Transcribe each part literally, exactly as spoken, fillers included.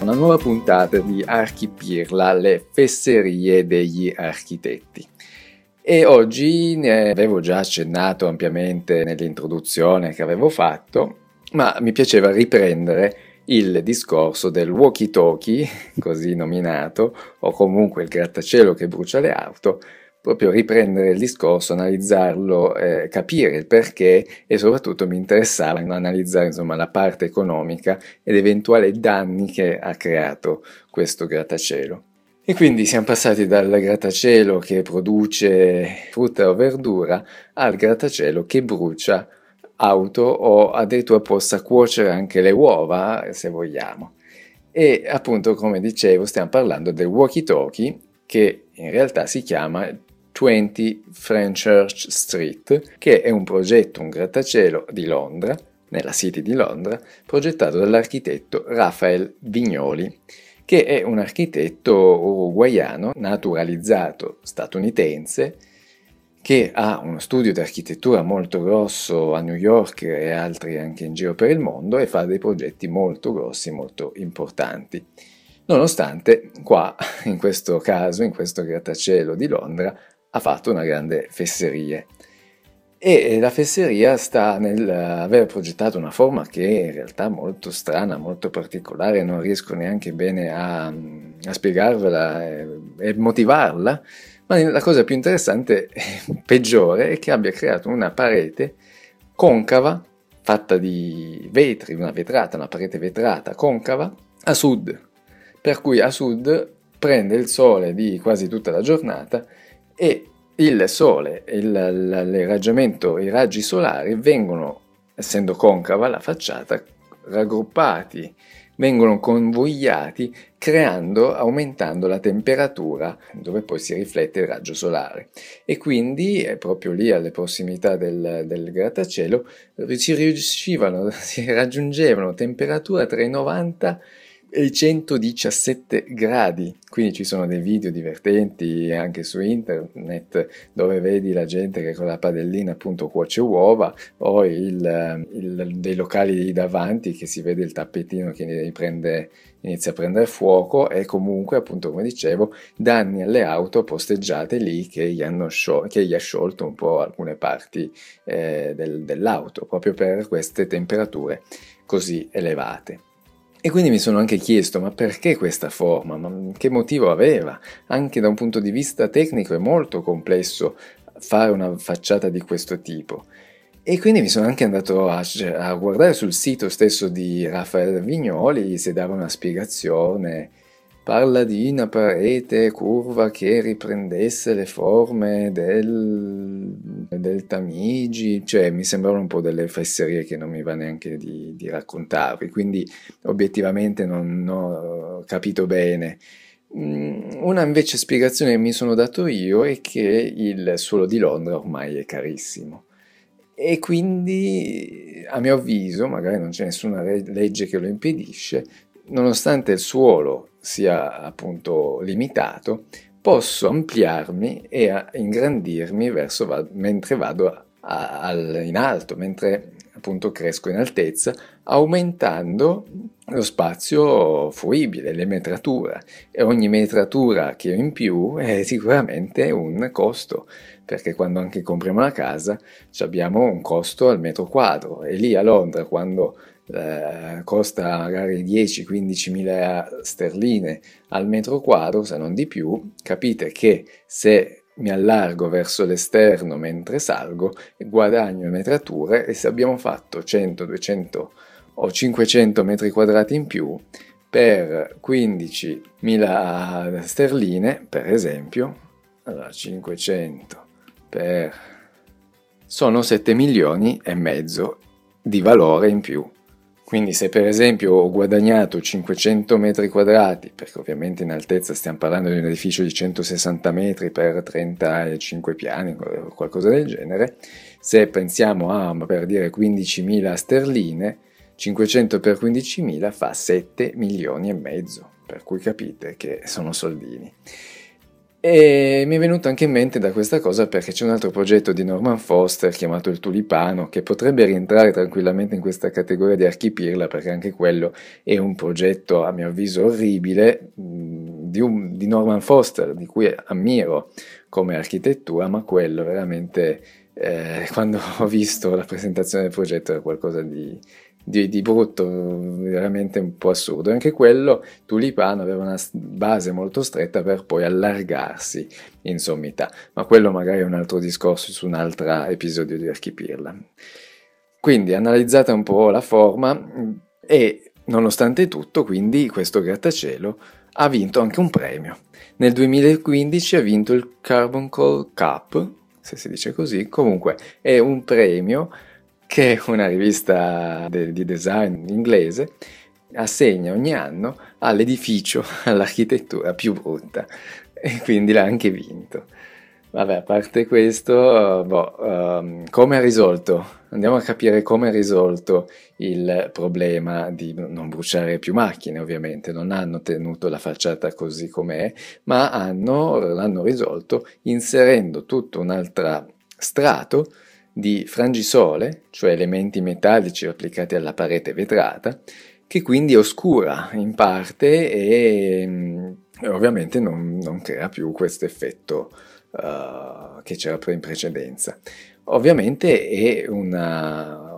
una nuova puntata di Archipirla, le fesserie degli architetti. E oggi ne avevo già accennato ampiamente nell'introduzione che avevo fatto, ma mi piaceva riprendere il discorso del walkie-talkie, così nominato, o comunque il grattacielo che brucia le auto, proprio riprendere il discorso, analizzarlo, eh, capire il perché e soprattutto mi interessava analizzare insomma la parte economica ed eventuali danni che ha creato questo grattacielo. E quindi siamo passati dal grattacielo che produce frutta o verdura al grattacielo che brucia auto o addirittura possa cuocere anche le uova, se vogliamo. E appunto, come dicevo, stiamo parlando del walkie-talkie, che in realtà si chiama venti Fenchurch Street, che è un progetto, un grattacielo di Londra, nella City di Londra, progettato dall'architetto Raphael Vignoli, che è un architetto uruguaiano, naturalizzato statunitense, che ha uno studio di architettura molto grosso a New York e altri anche in giro per il mondo e fa dei progetti molto grossi, molto importanti. Nonostante qua, in questo caso, in questo grattacielo di Londra, ha fatto una grande fesseria. E la fesseria sta nell'aver progettato una forma che in realtà è molto strana, molto particolare, non riesco neanche bene a, a spiegarvela e, e motivarla, ma la cosa più interessante, peggiore, è che abbia creato una parete concava, fatta di vetri, una vetrata, una parete vetrata concava, a sud, per cui a sud prende il sole di quasi tutta la giornata e il sole, il, il raggiamento, i raggi solari vengono, essendo concava la facciata, raggruppati, vengono convogliati, creando, aumentando la temperatura dove poi si riflette il raggio solare. E quindi, è proprio lì alle prossimità del, del grattacielo, si riuscivano, si raggiungevano temperature tra i novanta e i centodiciassette gradi, quindi ci sono dei video divertenti anche su internet dove vedi la gente che con la padellina appunto cuoce uova o il, il, dei locali davanti che si vede il tappetino che prende, inizia a prendere fuoco e comunque appunto come dicevo danni alle auto posteggiate lì che gli, hanno sciol- che gli ha sciolto un po' alcune parti eh, del, dell'auto proprio per queste temperature così elevate. E quindi mi sono anche chiesto, ma perché questa forma? Ma che motivo aveva? Anche da un punto di vista tecnico è molto complesso fare una facciata di questo tipo. E quindi mi sono anche andato a, a guardare sul sito stesso di Raphael Vignoli se dava una spiegazione. Parla di una parete curva che riprendesse le forme del, del Tamigi, cioè mi sembravano un po' delle fesserie che non mi va neanche di, di raccontarvi, quindi obiettivamente non, non ho capito bene. Una invece spiegazione che mi sono dato io è che il suolo di Londra ormai è carissimo. E quindi, a mio avviso, magari non c'è nessuna legge che lo impedisce, nonostante il suolo sia appunto limitato, posso ampliarmi e ingrandirmi verso va- mentre vado a, a, al, in alto, mentre appunto cresco in altezza, aumentando lo spazio fruibile, le metrature. E ogni metratura che ho in più è sicuramente un costo, perché quando anche compriamo una casa abbiamo un costo al metro quadro e lì a Londra quando eh, costa magari dieci quindici mila sterline al metro quadro, se non di più, capite che se mi allargo verso l'esterno mentre salgo guadagno metrature e se abbiamo fatto cento, duecento o cinquecento metri quadrati in più per quindicimila sterline per esempio, allora cinquecento per sono sette milioni e mezzo di valore in più. Quindi se per esempio ho guadagnato cinquecento metri quadrati, perché ovviamente in altezza stiamo parlando di un edificio di centosessanta metri per trentacinque piani o qualcosa del genere, se pensiamo a per dire quindicimila sterline, cinquecento per quindicimila fa sette milioni e mezzo, per cui capite che sono soldini. E mi è venuto anche in mente da questa cosa perché c'è un altro progetto di Norman Foster chiamato il Tulipano che potrebbe rientrare tranquillamente in questa categoria di archipirla perché anche quello è un progetto a mio avviso orribile mh, di, un- di Norman Foster di cui ammiro come architettura, ma quello veramente eh, quando ho visto la presentazione del progetto era qualcosa di, di- di brutto, veramente un po' assurdo. Anche quello Tulipano aveva una s- base molto stretta per poi allargarsi in sommità, ma quello magari è un altro discorso su un altro episodio di Archipirla. Quindi analizzata un po' la forma mh, e nonostante tutto, quindi questo grattacielo ha vinto anche un premio. Nel duemilaquindici ha vinto il Carbuncle Cup, se si dice così, comunque è un premio che una rivista de- di design inglese assegna ogni anno all'edificio, all'architettura più brutta e quindi l'ha anche vinto. Vabbè, a parte questo, boh, ehm, come ha risolto? Andiamo a capire come ha risolto il problema di non bruciare più macchine, ovviamente. Non hanno tenuto la facciata così com'è, ma hanno, l'hanno risolto inserendo tutto un altro strato di frangisole, cioè elementi metallici applicati alla parete vetrata, che quindi oscura in parte e, mm, e ovviamente non, non crea più questo effetto uh, che c'era in precedenza. Ovviamente è una,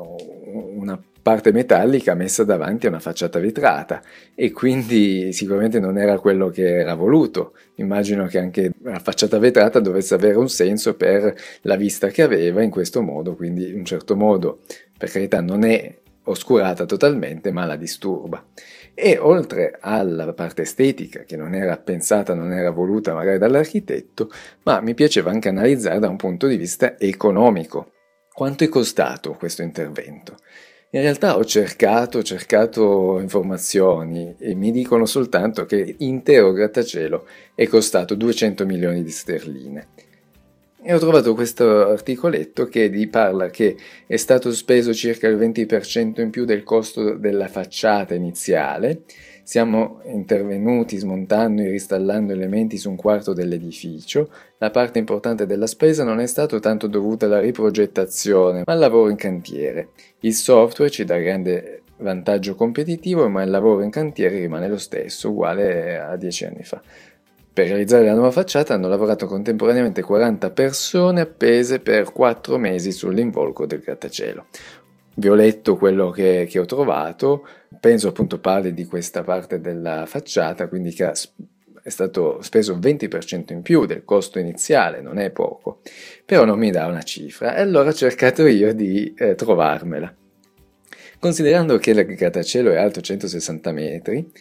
una parte metallica messa davanti a una facciata vetrata e quindi sicuramente non era quello che era voluto. Immagino che anche la facciata vetrata dovesse avere un senso per la vista che aveva in questo modo, quindi in un certo modo, per carità, non è oscurata totalmente, ma la disturba. E oltre alla parte estetica, che non era pensata, non era voluta magari dall'architetto, ma mi piaceva anche analizzare da un punto di vista economico. Quanto è costato questo intervento? In realtà ho cercato, ho cercato informazioni e mi dicono soltanto che l'intero grattacielo è costato duecento milioni di sterline. E ho trovato questo articoletto che di parla che è stato speso circa il venti per cento in più del costo della facciata iniziale. Siamo intervenuti smontando e ristallando elementi su un quarto dell'edificio. La parte importante della spesa non è stato tanto dovuta alla riprogettazione, ma al lavoro in cantiere. Il software ci dà grande vantaggio competitivo, ma il lavoro in cantiere rimane lo stesso, uguale a dieci anni fa. Per realizzare la nuova facciata hanno lavorato contemporaneamente quaranta persone appese per quattro mesi sull'involucro del grattacielo. Vi ho letto quello che, che ho trovato, penso appunto parli di questa parte della facciata, quindi che è stato speso un venti per cento in più del costo iniziale, non è poco, però non mi dà una cifra e allora ho cercato io di eh, trovarmela. Considerando che il grattacielo è alto centosessanta metri,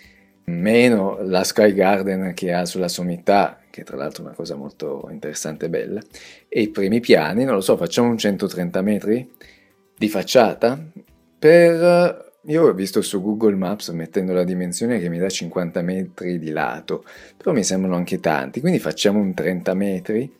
meno la Sky Garden che ha sulla sommità, che tra l'altro è una cosa molto interessante e bella, e i primi piani, non lo so, facciamo un centotrenta metri di facciata per... Io ho visto su Google Maps mettendo la dimensione che mi dà cinquanta metri di lato, però mi sembrano anche tanti, quindi facciamo un trenta metri,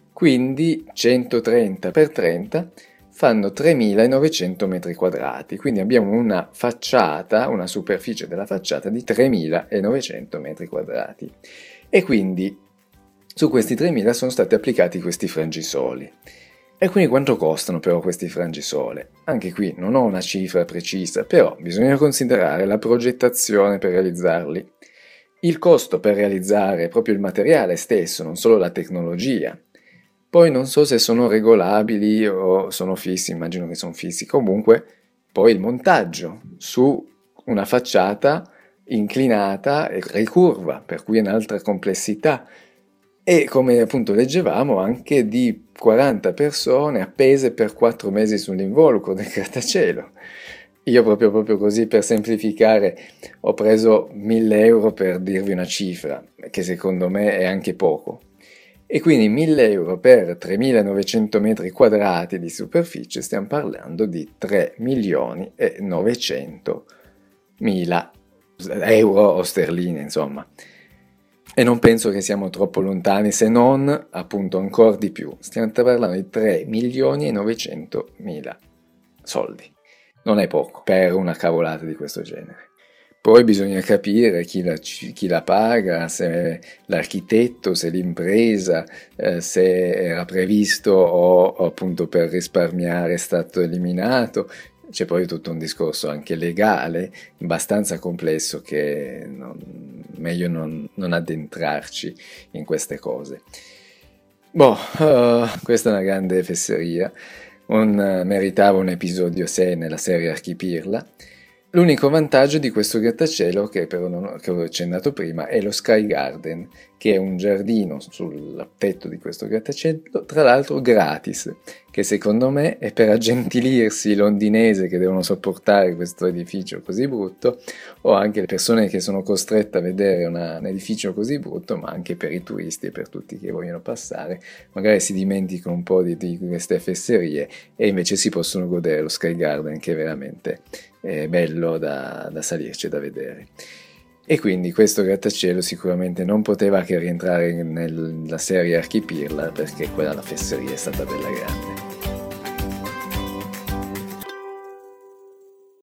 quindi centotrenta per trenta fanno tremilanovecento metri quadrati, quindi abbiamo una facciata, una superficie della facciata di tremilanovecento metri quadrati. E quindi su questi tremila sono stati applicati questi frangisoli. E quindi quanto costano però questi frangisole? Anche qui non ho una cifra precisa, però bisogna considerare la progettazione per realizzarli. Il costo per realizzare proprio il materiale stesso, non solo la tecnologia. Poi non so se sono regolabili o sono fissi, immagino che sono fissi. Comunque, poi il montaggio su una facciata inclinata e ricurva, per cui è un'altra complessità. E come appunto leggevamo anche di quaranta persone appese per quattro mesi sull'involucro del grattacielo. Io proprio, proprio così per semplificare ho preso mille euro per dirvi una cifra, che secondo me è anche poco. E quindi mille euro per tremilanovecento metri quadrati di superficie, stiamo parlando di tre milioni e novecento mila euro o sterline, insomma. E non penso che siamo troppo lontani, se non appunto ancora di più. Stiamo parlando di tre milioni e novecento mila soldi. Non è poco per una cavolata di questo genere. Poi bisogna capire chi la, chi la paga, se l'architetto, se l'impresa, eh, se era previsto o, o appunto per risparmiare è stato eliminato. C'è poi tutto un discorso anche legale, abbastanza complesso, che non, meglio non, non addentrarci in queste cose. Boh, uh, questa è una grande fesseria, un, uh, meritava un episodio sé nella serie Archipirla. L'unico vantaggio di questo grattacielo, che però non, che ho accennato prima, è lo Sky Garden, che è un giardino sul tetto di questo grattacielo, tra l'altro gratis, che secondo me è per aggentilirsi i londinesi che devono sopportare questo edificio così brutto, o anche le persone che sono costrette a vedere una, un edificio così brutto, ma anche per i turisti e per tutti che vogliono passare, magari si dimenticano un po' di, di queste fesserie e invece si possono godere lo Sky Garden, che è veramente è bello da, da salirci e da vedere. E quindi questo grattacielo sicuramente non poteva che rientrare nella serie Archipirla, perché quella la fesseria è stata bella grande.